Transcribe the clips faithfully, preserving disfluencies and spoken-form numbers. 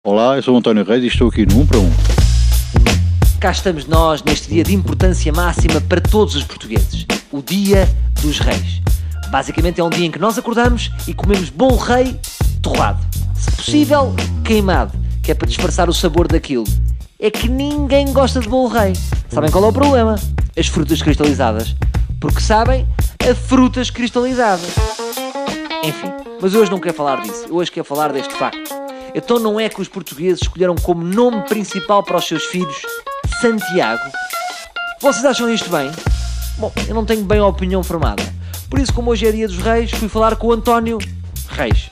Olá, eu sou o António Reis e estou aqui no um para um. Cá estamos nós neste dia de importância máxima para todos os portugueses, o Dia dos Reis. Basicamente é um dia em que nós acordamos e comemos bom rei torrado, se possível queimado, que é para disfarçar o sabor daquilo. É que ninguém gosta de bom rei. Sabem qual é o problema? As frutas cristalizadas. Porque sabem, a frutas cristalizadas. Enfim, mas hoje não quero falar disso, eu hoje quero falar deste facto. Então não é que os portugueses escolheram como nome principal para os seus filhos Santiago? Vocês acham isto bem? Bom, eu não tenho bem a opinião formada. Por isso, como hoje é dia dos reis, fui falar com o António Reis.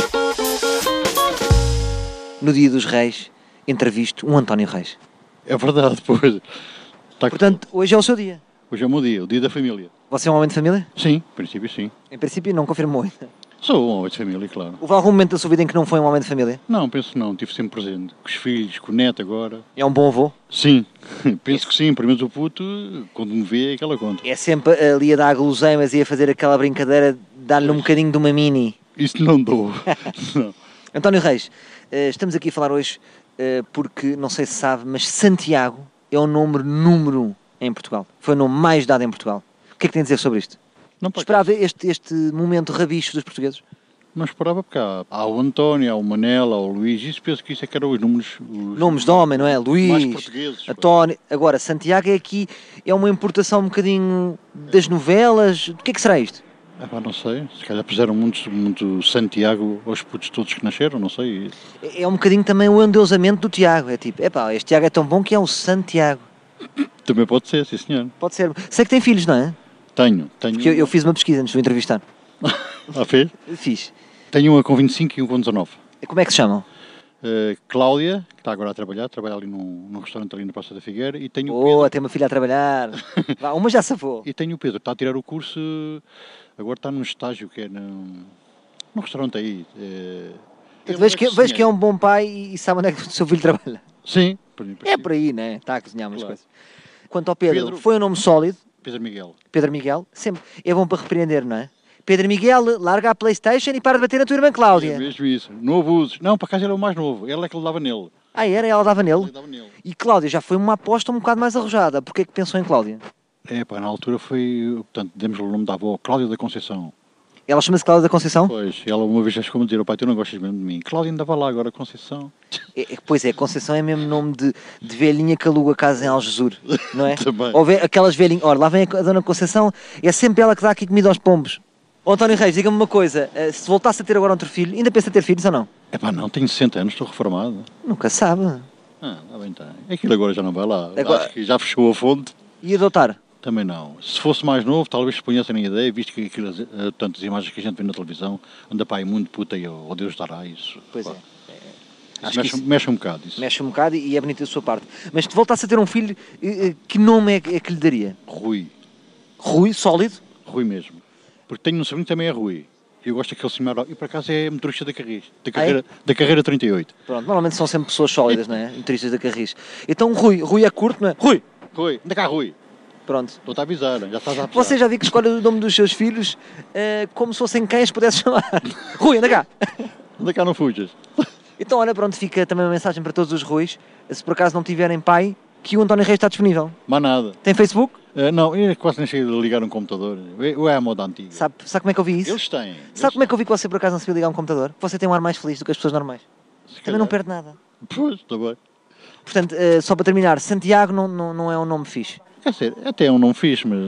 No dia dos reis, entrevisto um António Reis. É verdade, pois. Tá... Portanto, hoje é o seu dia. Hoje é o meu dia, o dia da família. Você é um homem de família? Sim, em princípio sim. Em princípio não confirmou ainda. Sou um homem de família, claro. Houve algum momento da sua vida em que não foi um homem de família? Não, penso não, estive sempre presente. Com os filhos, com o neto agora. É um bom avô? Sim, penso que sim. Pelo menos o puto, quando me vê, é aquela conta. É sempre ali a dar guloseimas e a fazer aquela brincadeira de dar-lhe um bocadinho de uma mini. Isso não dou. Não. António Reis, estamos aqui a falar hoje porque, não sei se sabe, mas Santiago é o nome número um em Portugal. Foi o nome mais dado em Portugal. O que é que tem a dizer sobre isto? Não Esperava este, este momento rabicho dos portugueses? Não esperava, porque há, há o António, há o Manela, há o Luís, isso penso que isso é que eram os números... Os nomes de homem, não é? Luís, mais portugueses. António... Agora, Santiago é aqui, é uma importação um bocadinho das novelas. O que é que será isto? É pá, não sei, se calhar puseram muito, muito Santiago aos putos todos que nasceram, não sei. É, é um bocadinho também o endeusamento do Tiago, é tipo, epá, este Tiago é tão bom que é o Santiago. Também pode ser, sim senhor. Pode ser. Sei que tem filhos, não é? Tenho, tenho. Porque eu, eu fiz uma pesquisa antes de o entrevistar. Ah, fez? Fiz. Tenho uma com vinte e cinco e um com dezanove. Como é que se chamam? Uh, Cláudia, que está agora a trabalhar, trabalha ali num, num restaurante ali na Praça da Figueira, e tenho Boa, o Pedro. tem uma filha a trabalhar. Vá, uma já safou. E tenho o Pedro, está a tirar o curso, agora está num estágio que é num, num restaurante aí. É, vejo, que, vejo que é um bom pai e, e sabe onde é que o seu filho trabalha. Sim. Por, por é por aí, né? Está a cozinhar umas claro. coisas. Quanto ao Pedro, Pedro, foi um nome sólido. Pedro Miguel. Pedro Miguel, sempre. É bom para repreender, não é? Pedro Miguel, larga a Playstation e para de bater na tua irmã Cláudia. É mesmo isso. Não abuses. Não, para casa ele é o mais novo. Ele é que ele dava nele. Ah, era? Ela dava nele? Ele dava nele. E Cláudia já foi uma aposta um bocado mais arrojada. Porquê é que pensou em Cláudia? É, pá, na altura foi... Portanto, demos-lhe o nome da avó, Cláudia da Conceição. Ela chama-se Cláudia da Conceição? Pois, ela uma vez já chegou-me a dizer, o pai, tu não gostas mesmo de mim. Cláudia ainda vai lá agora, Conceição. É, pois é, Conceição é mesmo nome de, de velhinha que aluga casa em Algesur, não é? Também. Ou vê aquelas velhinhas, olha, lá vem a Dona Conceição, é sempre ela que dá aqui comida aos pombos. Ô António Reis, diga-me uma coisa, se voltasse a ter agora outro filho, ainda pensa em ter filhos ou não? É pá, não, tenho sessenta anos, estou reformado. Nunca sabe. Ah, está bem, está. Aquilo agora já não vai lá. Agora... Acho que já fechou a fonte. E adotar? Também não. Se fosse mais novo, talvez se ponhassem na ideia, visto que aquilo, tantas imagens que a gente vê na televisão, anda pai muito puta e oh Deus dará isso. Pois pá. é. é. Isso Acho mexe, que isso mexe um bocado isso. Mexe um bocado e é bonito da sua parte. Mas se voltasse a ter um filho, que nome é que lhe daria? Rui. Rui? Sólido? Rui mesmo. Porque tenho um sobrinho que também é Rui. Eu gosto daquele senhor, e por acaso é motorista da Carris, da carreira, ah, é? da carreira trinta e oito. Pronto, normalmente são sempre pessoas sólidas, não é? Motoristas da Carris. Então Rui, Rui é curto, não é? Rui! Rui, anda cá Rui. Pronto. Estou-te a avisar, já estás a avisar. Você já viu que escolhe o nome dos seus filhos uh, como se fossem cães pudesse chamar. Rui, anda cá. Anda cá, não fujas. Então, olha, pronto, fica também uma mensagem para todos os Ruis. Se por acaso não tiverem pai, que o António Reis está disponível. Mais nada. Tem Facebook? Uh, não, eu quase nem cheguei a ligar um computador. Eu é a moda antiga. Sabe, sabe como é que eu vi isso? Eles têm. Sabe eles como têm. é que eu vi que você por acaso não sabia ligar um computador? Você tem um ar mais feliz do que as pessoas normais. Se Também calhar. não perde nada. Pois, está bem. Portanto, uh, só para terminar, Santiago não, não, não é um nome fixe. Quer dizer, até é um nome fixe, mas,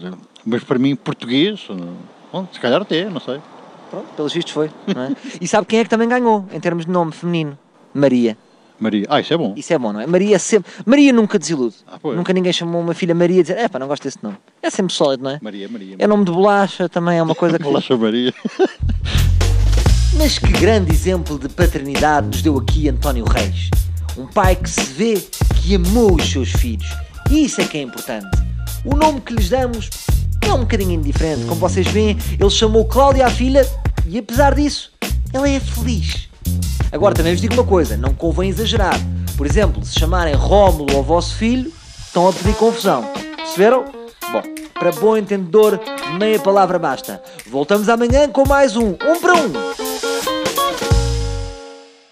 mas para mim, português, bom, se calhar até, não sei. Pronto, pelos vistos foi, não é? E sabe quem é que também ganhou, em termos de nome feminino? Maria. Maria. Ah, isso é bom. Isso é bom, não é? Maria sempre... Maria nunca desilude. Ah, pois. Nunca ninguém chamou uma filha Maria e dizer, é pá, não gosto desse nome. É sempre sólido, não é? Maria, Maria. É nome de bolacha, também é uma coisa que... Bolacha Maria. Mas que grande exemplo de paternidade nos deu aqui António Reis. Um pai que se vê que amou os seus filhos. E isso é que é importante. O nome que lhes damos é um bocadinho indiferente. Como vocês veem, ele chamou Cláudia à filha e, apesar disso, ela é feliz. Agora, também vos digo uma coisa, não convém exagerar. Por exemplo, se chamarem Rómulo ao vosso filho, estão a pedir confusão. Perceberam? Bom, para bom entendedor, meia palavra basta. Voltamos amanhã com mais um Um para Um.